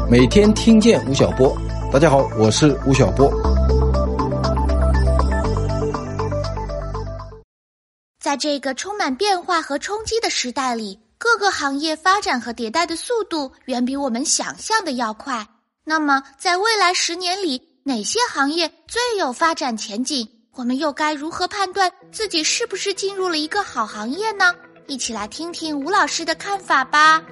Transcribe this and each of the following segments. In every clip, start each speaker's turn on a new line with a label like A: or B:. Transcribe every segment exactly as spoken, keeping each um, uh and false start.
A: 每天听见吴晓波。大家好，我是吴晓波。
B: 在这个充满变化和冲击的时代里，各个行业发展和迭代的速度远比我们想象的要快。那么在未来十年里，哪些行业最有发展前景？我们又该如何判断自己是不是进入了一个好行业呢？一起来听听吴老师的看法吧。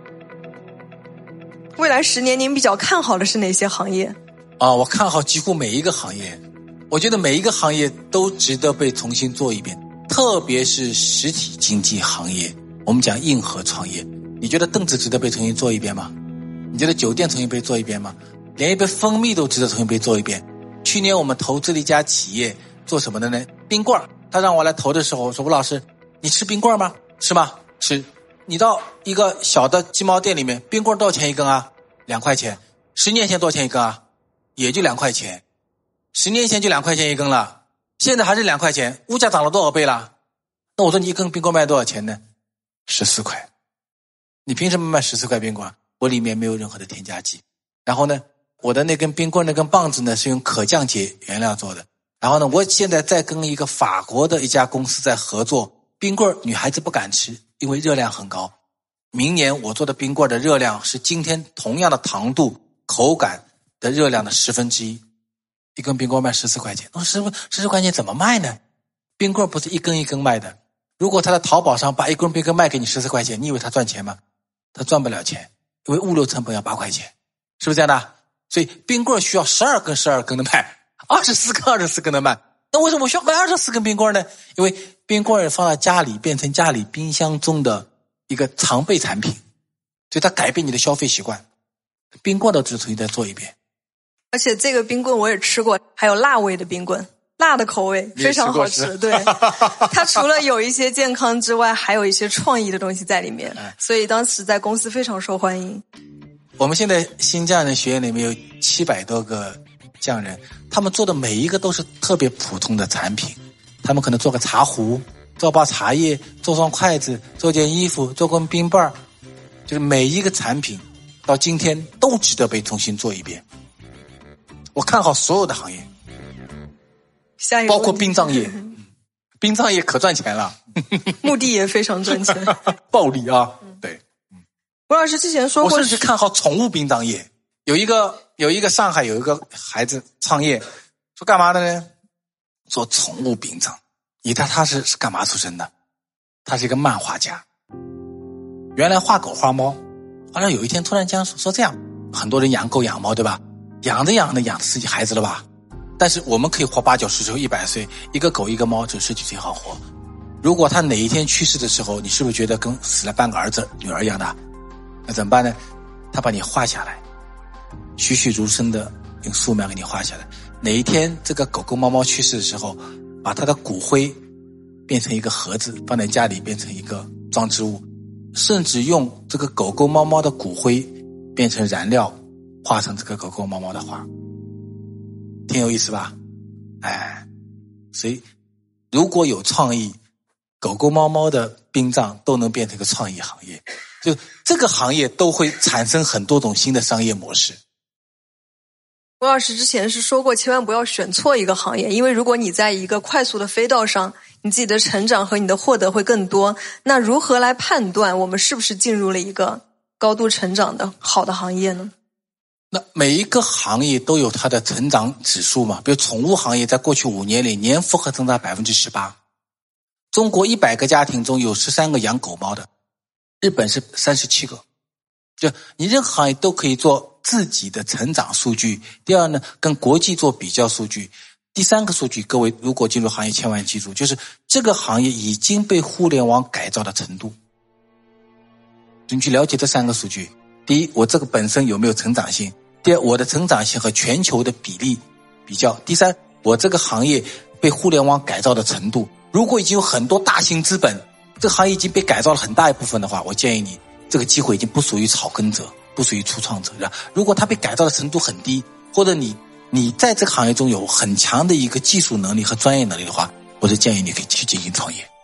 C: 未来十年您比较看好的是哪些行业？
D: 啊，我看好几乎每一个行业。我觉得每一个行业都值得被重新做一遍，特别是实体经济行业，我们讲硬核创业。你觉得凳子值得被重新做一遍吗？你觉得酒店重新被做一遍吗？连一杯蜂蜜都值得重新被做一遍。去年我们投资了一家企业，做什么的呢？冰棍。他让我来投的时候，我说吴老师，你吃冰棍吗？吃吗？吃。你到一个小的鸡毛店里面，冰棍多少钱一根啊？两块钱。十年前多少钱一根啊？也就两块钱。十年前就两块钱一根了，现在还是两块钱，物价涨了多少倍了？那我说你一根冰棍卖多少钱呢？十四块。你凭什么卖十四块冰棍？我里面没有任何的添加剂。然后呢，我的那根冰棍那根棒子呢是用可降解原料做的。然后呢，我现在在跟一个法国的一家公司在合作，冰棍女孩子不敢吃，因为热量很高。明年我做的冰棍的热量是今天同样的糖度口感的热量的十分之一。一根冰棍卖十四块钱，那十十四块钱怎么卖呢？冰棍不是一根一根卖的。如果他在淘宝上把一根冰棍卖给你十四块钱，你以为他赚钱吗？他赚不了钱，因为物流成本要八块钱，是不是这样的？所以冰棍需要十二根十二根的卖，二十四根二十四根的卖。那为什么我需要卖二十四根冰棍呢？因为冰棍放到家里变成家里冰箱中的一个常备产品，所以它改变你的消费习惯。冰棍都只重新再做一遍。
C: 而且这个冰棍我也吃过，还有辣味的冰棍，辣的口味非常好吃。对，它除了有一些健康之外，还有一些创意的东西在里面，所以当时在公司非常受欢迎。
D: 我们现在新匠人学院里面有七百多个匠人，他们做的每一个都是特别普通的产品。他们可能做个茶壶，做包茶叶，做双筷子，做件衣服，做根冰棒，就是每一个产品到今天都值得被重新做一遍。我看好所有的行业，
C: 下一个
D: 包括殡葬业。殡葬业可赚钱了，
C: 墓地也非常赚钱，
D: 暴利啊！对，
C: 吴老师之前说过，
D: 我甚至看好宠物殡葬业。有一个有一个上海有一个孩子创业，说干嘛的呢？做宠物殡葬。你猜他是是干嘛出身的？他是一个漫画家，原来画狗画猫，后来有一天突然间说说这样，很多人养狗养猫对吧？养着养着养着自己孩子了吧？但是我们可以活八九十岁一百岁，一个狗一个猫只十几岁好活。如果他哪一天去世的时候，你是不是觉得跟死了半个儿子女儿一样的？那怎么办呢？他把你画下来，栩栩如生的用素描给你画下来。哪一天这个狗狗猫猫去世的时候，把它的骨灰变成一个盒子，放在家里变成一个装置物，甚至用这个狗狗猫猫的骨灰变成燃料，画成这个狗狗猫猫的画，挺有意思吧？哎，所以如果有创意，狗狗猫猫的殡葬都能变成一个创意行业，就这个行业都会产生很多种新的商业模式。
C: 吴老师之前是说过，千万不要选错一个行业，因为如果你在一个快速的飞道上，你自己的成长和你的获得会更多。那如何来判断我们是不是进入了一个高度成长的好的行业呢？
D: 那每一个行业都有它的成长指数嘛，比如宠物行业在过去五年里年复合增长 百分之十八， 中国一百个家庭中有十三个养狗猫的，日本是三十七个。就你任何行业都可以做自己的成长数据。第二呢，跟国际做比较数据。第三个数据，各位如果进入行业千万记住，就是这个行业已经被互联网改造的程度。你去了解这三个数据。第一，我这个本身有没有成长性？第二，我的成长性和全球的比例比较。第三，我这个行业被互联网改造的程度。如果已经有很多大型资本，这个行业已经被改造了很大一部分的话，我建议你这个机会已经不属于草根者，不属于初创者。如果它被改造的程度很低，或者你你在这个行业中有很强的一个技术能力和专业能力的话，我是建议你可以去进行创业。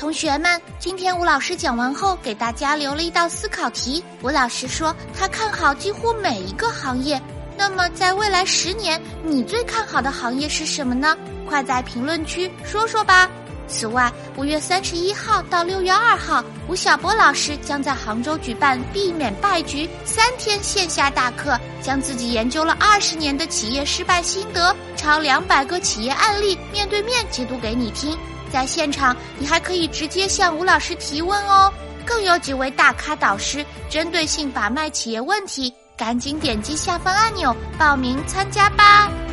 B: 同学们，今天吴老师讲完后，给大家留了一道思考题。吴老师说他看好几乎每一个行业，那么在未来十年，你最看好的行业是什么呢？快在评论区说说吧。此外，五月三十一号到六月二号，吴晓波老师将在杭州举办避免败局三天线下大课，将自己研究了二十年的企业失败心得，超两百个企业案例，面对面解读给你听。在现场，你还可以直接向吴老师提问哦。更有几位大咖导师针对性把脉企业问题，赶紧点击下方按钮报名参加吧。